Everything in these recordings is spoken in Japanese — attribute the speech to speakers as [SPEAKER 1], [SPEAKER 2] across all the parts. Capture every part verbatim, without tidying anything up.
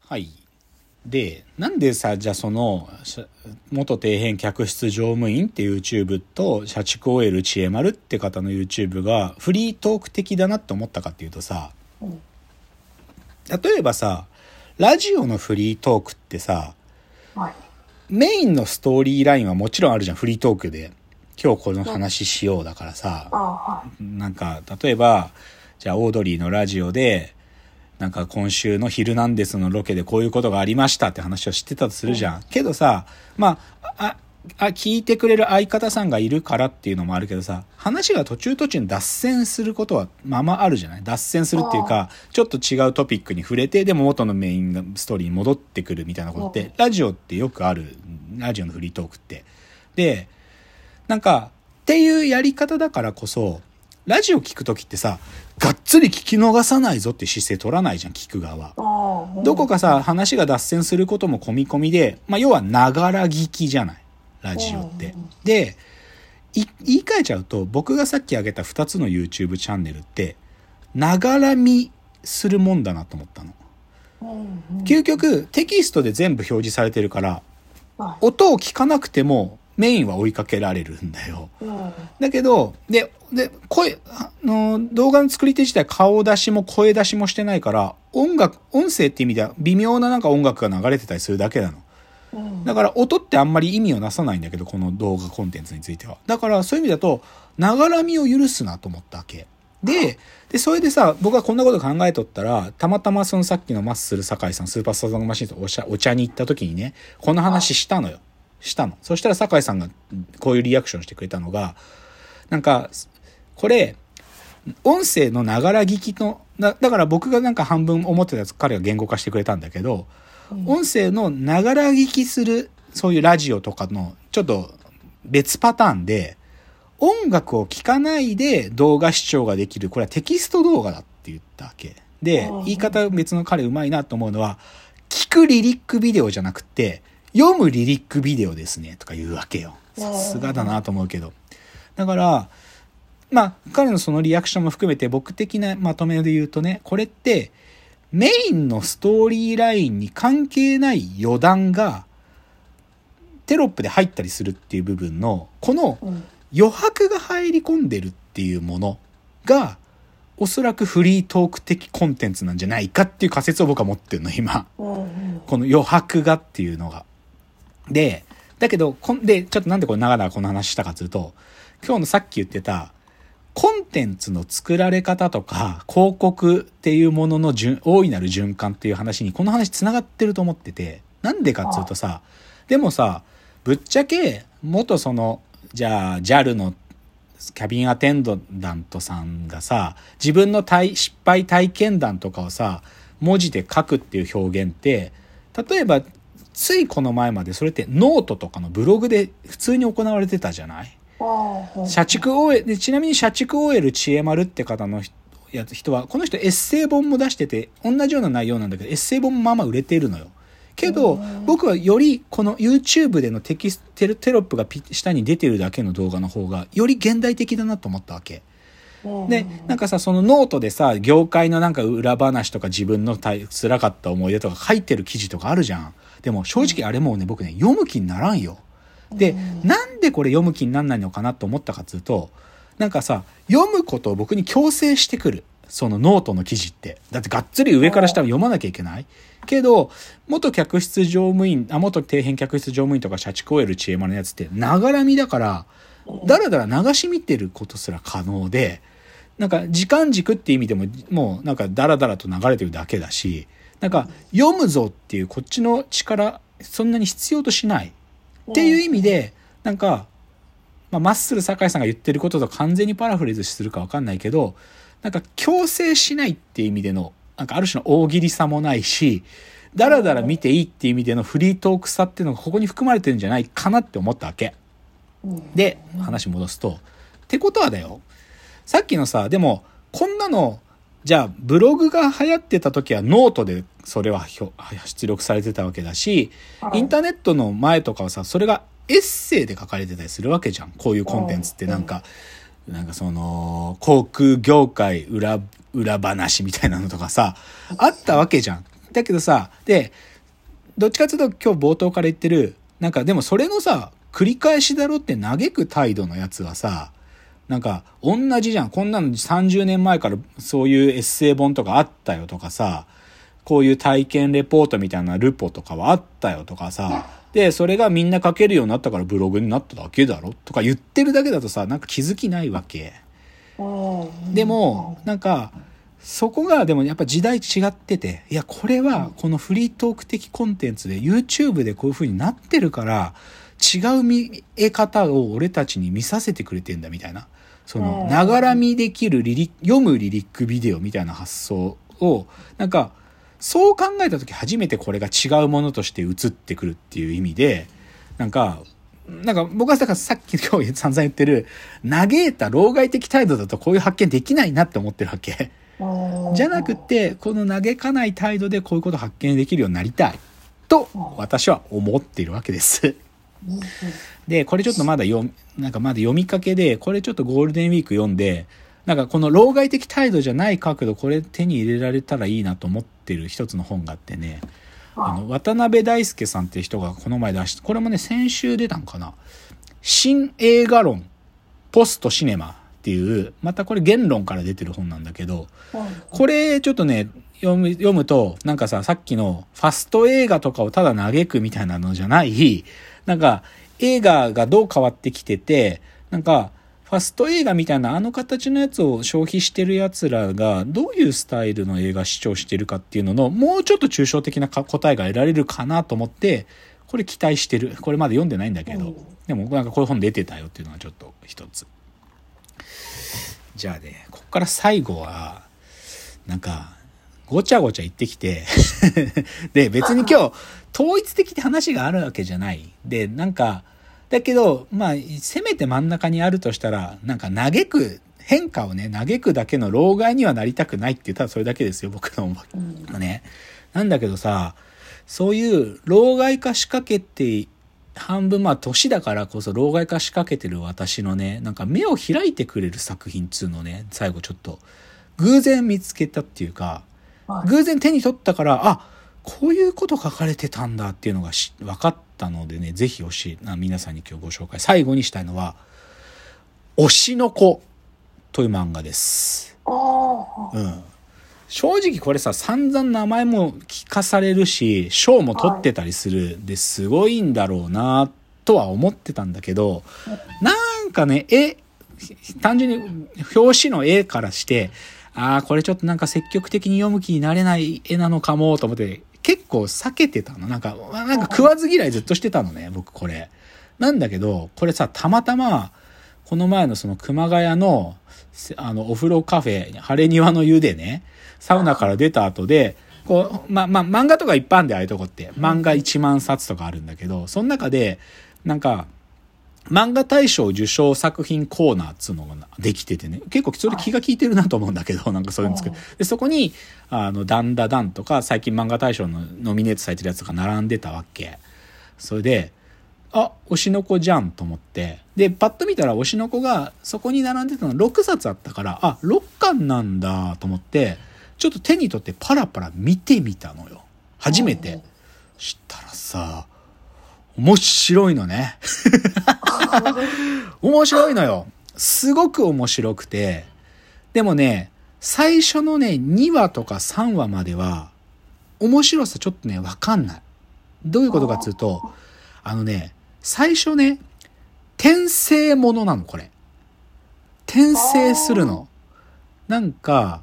[SPEAKER 1] はい。で、なんでさ、じゃあその、元底辺客室乗務員って YouTube と社畜 オーエル 知恵丸って方の YouTube がフリートーク的だなって思ったかっていうとさ、うん、例えばさ、ラジオのフリートークってさ、はい、メインのストーリーラインはもちろんあるじゃん、フリートークで。今日この話しようだからさ、はい、なんか、例えば、じゃあオードリーのラジオで、なんか今週のヒルナンデスのロケでこういうことがありましたって話をしてたとするじゃん。うん、けどさ、まあ、あ、あ、聞いてくれる相方さんがいるからっていうのもあるけどさ、話が途中途中に脱線することはまあまああるじゃない。脱線するっていうか、ちょっと違うトピックに触れて、でも元のメインストーリーに戻ってくるみたいなことって、ラジオってよくある。ラジオのフリートークって。で、なんか、っていうやり方だからこそ、ラジオ聞くときってさ、がっつり聞き逃さないぞって姿勢取らないじゃん、聞く側は。どこかさ、話が脱線することも込み込みで、まあ、要はながら聞きじゃない、ラジオって。で、言い換えちゃうと、僕がさっき挙げたふたつの YouTube チャンネルって、ながら見するもんだなと思ったの。究極、テキストで全部表示されてるから、音を聞かなくても、メインは追いかけられるんだよ。うん、だけど、で、で、声、あの、動画の作り手自体顔出しも声出しもしてないから、音楽、音声って意味では微妙ななんか音楽が流れてたりするだけなの。うん、だから音ってあんまり意味をなさないんだけど、この動画コンテンツについては。だからそういう意味だと、ながらみを許すなと思ったわけ。で、で、それでさ、僕はこんなこと考えとったら、たまたまそのさっきのマッスル酒井さん、スーパースターズマシンとお茶、お茶に行った時にね、この話したのよ。したの。そしたら酒井さんがこういうリアクションしてくれたのが、なんか、これ、音声のながら聞きの、だ, だから僕がなんか半分思ってたやつ彼が言語化してくれたんだけど、うん、音声のながら聞きする、そういうラジオとかのちょっと別パターンで、音楽を聴かないで動画視聴ができる、これはテキスト動画だって言ったわけ。で、言い方別の彼うまいなと思うのは、聞くリリックビデオじゃなくて、読むリリックビデオですねとか言うわけよ。さすがだなと思うけど。だから、まあ、彼のそのリアクションも含めて僕的なまとめで言うとね、これってメインのストーリーラインに関係ない余談がテロップで入ったりするっていう部分の、この余白が入り込んでるっていうものが、おそらくフリートーク的コンテンツなんじゃないかっていう仮説を僕は持ってるの、今。この余白がっていうのが。で、だけど、こんで、ちょっとなんでこれ長々この話したかというと、今日のさっき言ってた、コンテンツの作られ方とか、広告っていうものの順大いなる循環っていう話に、この話繋がってると思ってて、なんでかっていうとさ、でもさ、ぶっちゃけ、元その、じゃあ、ジャル のキャビンアテンダントさんがさ、自分の体失敗体験談とかをさ、文字で書くっていう表現って、例えば、ついこの前までそれってノートとかのブログで普通に行われてたじゃない。社畜 オーエル で、ちなみに社畜 オーエル 知恵丸って方のやつ人は、この人エッセイ本も出してて、同じような内容なんだけど、エッセイ本もまあまあ売れているのよ。けど、僕はよりこの YouTube でのテキスト、テロップが下に出てるだけの動画の方が、より現代的だなと思ったわけ。で、なんかさ、そのノートでさ、業界のなんか裏話とか自分の辛かった思い出とか書いてる記事とかあるじゃん。でも正直あれもうね、僕ね、読む気にならんよ。で、なんでこれ読む気になんないのかなと思ったかっていうと、なんかさ、読むことを僕に強制してくる。そのノートの記事って。だってがっつり上から下を読まなきゃいけない。けど、元客室乗務員、あ、元底辺客室乗務員とか社畜 オーエル 知恵丸のやつって、ながら見だから、だらだら流し見てることすら可能で、なんか時間軸って意味でも、もうなんかだらだらと流れてるだけだし、なんか読むぞっていうこっちの力そんなに必要としないっていう意味で、なんか、まあ、マッスル酒井さんが言ってることと完全にパラフレーズするか分かんないけど、なんか強制しないっていう意味でのなんかある種の大喜利さもないし、だらだら見ていいっていう意味でのフリートークさっていうのがここに含まれてるんじゃないかなって思ったわけで、話戻すとってことはだよ、さっきのさ、でもこんなのじゃあブログが流行ってた時はノートでそれは出力されてたわけだし、インターネットの前とかはさ、それがエッセイで書かれてたりするわけじゃん。こういうコンテンツってなんか、なんかその航空業界裏裏話みたいなのとかさ、あったわけじゃん。 だけどさ、で、どっちかというと今日冒頭から言ってる、なんかでもそれのさ、繰り返しだろって嘆く態度のやつはさ、なんか同じじゃん。こんなのさんじゅうねんまえからそういうエッセイ本とかあったよとかさ、こういう体験レポートみたいなルポとかはあったよとかさ、で、それがみんな書けるようになったからブログになっただけだろとか言ってるだけだとさ、なんか気づきないわけ。でも、なんか、そこがでもやっぱ時代違ってて、いやこれはこのフリートーク的コンテンツで YouTube でこういう風になってるから違う見え方を俺たちに見させてくれてんだみたいな、そのながら見できるリリ読むリリックビデオみたいな発想をなんかそう考えた時初めてこれが違うものとして映ってくるっていう意味で、なんかなんか僕はだからさっき今日散々言ってる嘆いた老害的態度だとこういう発見できないなって思ってるわけ。じゃなくてこの嘆かない態度でこういうことを発見できるようになりたいと私は思っているわけです。でこれちょっとまだ読なんかまだ読みかけで、これちょっとゴールデンウィーク読んで、なんかこの老害的態度じゃない角度これ手に入れられたらいいなと思ってる一つの本があってね、あの渡辺大輔さんっていう人がこの前出して、これもね先週出たんかな、新映画論ポストシネマっていう、またこれ言論から出てる本なんだけど、これちょっとね読む読むとなんかさ、さっきのファスト映画とかをただ嘆くみたいなのじゃない、なんか映画がどう変わってきてて、なんかファスト映画みたいなあの形のやつを消費してるやつらがどういうスタイルの映画視聴してるかっていうののもうちょっと抽象的な答えが得られるかなと思って、これ期待してる。これまだ読んでないんだけど、でもなんかこういう本出てたよっていうのがちょっと一つ。じゃあね、ここから最後はなんかごちゃごちゃ言ってきてで別に今日統一的って話があるわけじゃないで、なんかだけどまあせめて真ん中にあるとしたら、なんか嘆く変化をね嘆くだけの老害にはなりたくないって言ったらそれだけですよ、僕の思い、うん、ね。なんだけどさ、そういう老害化仕掛けて半分まあ年だからこそ老害化仕掛けてる私のね、なんか目を開いてくれる作品っつうのをね、最後ちょっと偶然見つけたっていうか、偶然手に取ったから、あ、こういうこと書かれてたんだっていうのがし分かったのでね、ぜひ教え皆さんに今日ご紹介最後にしたいのは推しの子という漫画です。うん。正直これさ、散々名前も聞かされるし賞も取ってたりするですごいんだろうなとは思ってたんだけど、なんかね、絵単純に表紙の絵からして、ああこれちょっとなんか積極的に読む気になれない絵なのかもと思って結構避けてたの。なんかなんか食わず嫌いずっとしてたのね、僕これ。なんだけどこれさ、たまたまこの前のその熊谷のあのお風呂カフェ晴れ庭の湯でね、サウナから出た後でこうまま漫画とかいっぱいあるんで、ああいうとこって漫画いちまんさつとかあるんだけど、その中でなんか漫画大賞受賞作品コーナーっつうのができててね、結構それ気が利いてるなと思うんだけど、なんかそういうの作る。で、そこに、あの、ダンダダンとか、最近漫画大賞のノミネートされてるやつとか並んでたわけ。それで、あ、推しの子じゃんと思って。で、パッと見たら推しの子がそこに並んでたのろくさつあったから、あ、ろっかんなんだと思って、ちょっと手に取ってパラパラ見てみたのよ。初めて。したらさ、面白いのね面白いのよ。すごく面白くて、でもね最初のねにわとかさんわまでは面白さちょっとね分かんない。どういうことかっつうと、あのね最初ね転生ものなの。これ転生するの。なんか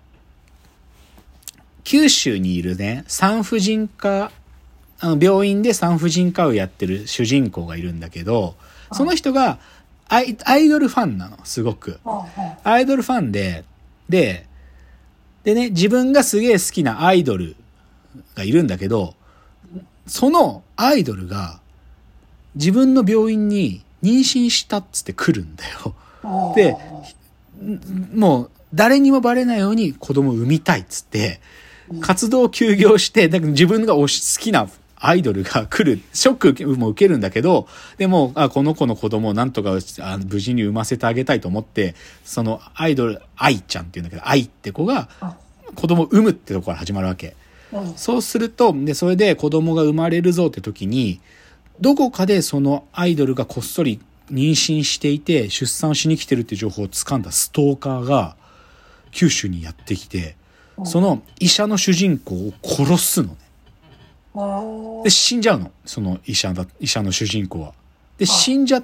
[SPEAKER 1] 九州にいるね産婦人科あの病院で産婦人科をやってる主人公がいるんだけど、その人がアイ、アイドルファンなの。すごくアイドルファンでででね、自分がすげえ好きなアイドルがいるんだけど、そのアイドルが自分の病院に妊娠したっつって来るんだよ。でもう誰にもバレないように子供を産みたいっつって活動休業して、だから自分が好きなアイドルが来る、ショックも受けるんだけど、でもあこの子の子供をなんとかあ無事に産ませてあげたいと思って、そのアイドル愛ちゃんっていうんだけど、愛って子が子供を産むってところから始まるわけ
[SPEAKER 2] うん
[SPEAKER 1] そうすると、で、それで子供が生まれるぞって時に、どこかでそのアイドルがこっそり妊娠していて出産しに来てるっていう情報を掴んだストーカーが九州にやってきて、その医者の主人公を殺すのね。で、死んじゃうの。その医者だ、医者の主人公は。で、死んじゃって、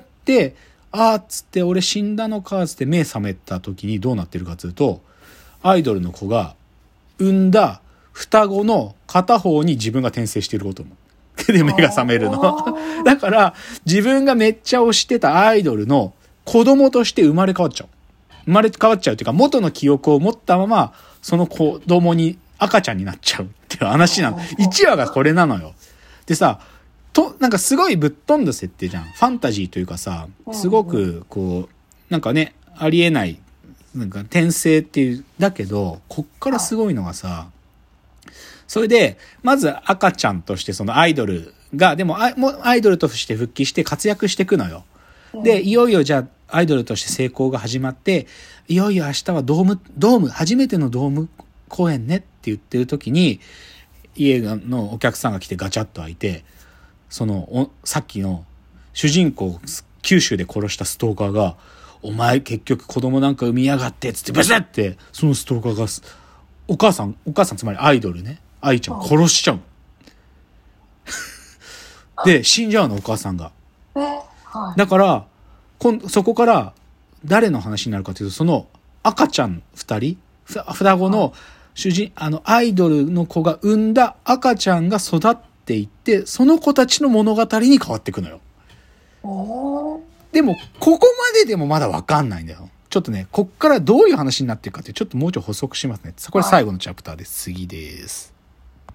[SPEAKER 1] あーっつって俺死んだのかっつって目覚めた時にどうなってるかというと、アイドルの子が産んだ双子の片方に自分が転生していることも。で、目が覚めるの。だから、自分がめっちゃ推してたアイドルの子供として生まれ変わっちゃう。生まれ変わっちゃうっていうか、元の記憶を持ったまま、その子供に赤ちゃんになっちゃうっていう話なの。いちわがこれなのよ。でさ、と、なんかすごいぶっ飛んだ設定じゃん。ファンタジーというかさ、すごくこう、なんかね、ありえない、なんか転生っていう、だけど、こっからすごいのがさ、それで、まず赤ちゃんとしてそのアイドルが、でもアイ、もうアイドルとして復帰して活躍していくのよ。で、いよいよじゃあアイドルとして成功が始まって、いよいよ明日はドーム、ドーム、初めてのドーム公演ねって言ってる時に、家のお客さんが来てガチャッと開いて、その、さっきの主人公を九州で殺したストーカーが、お前結局子供なんか産みやがってつってブスって、そのストーカーが、お母さん、お母さんつまりアイドルね。愛ちゃんを殺しちゃうの。で、死んじゃうの、お母さんが。だから、こんそこから誰の話になるかというと、その赤ちゃん二人、双子の主人、あの、アイドルの子が産んだ赤ちゃんが育っていって、その子たちの物語に変わっていくのよ。でも、ここまででもまだわかんないんだよ。ちょっとね、こっからどういう話になっていくかって、ちょっともうちょい補足しますね。これ最後のチャプターです。次です。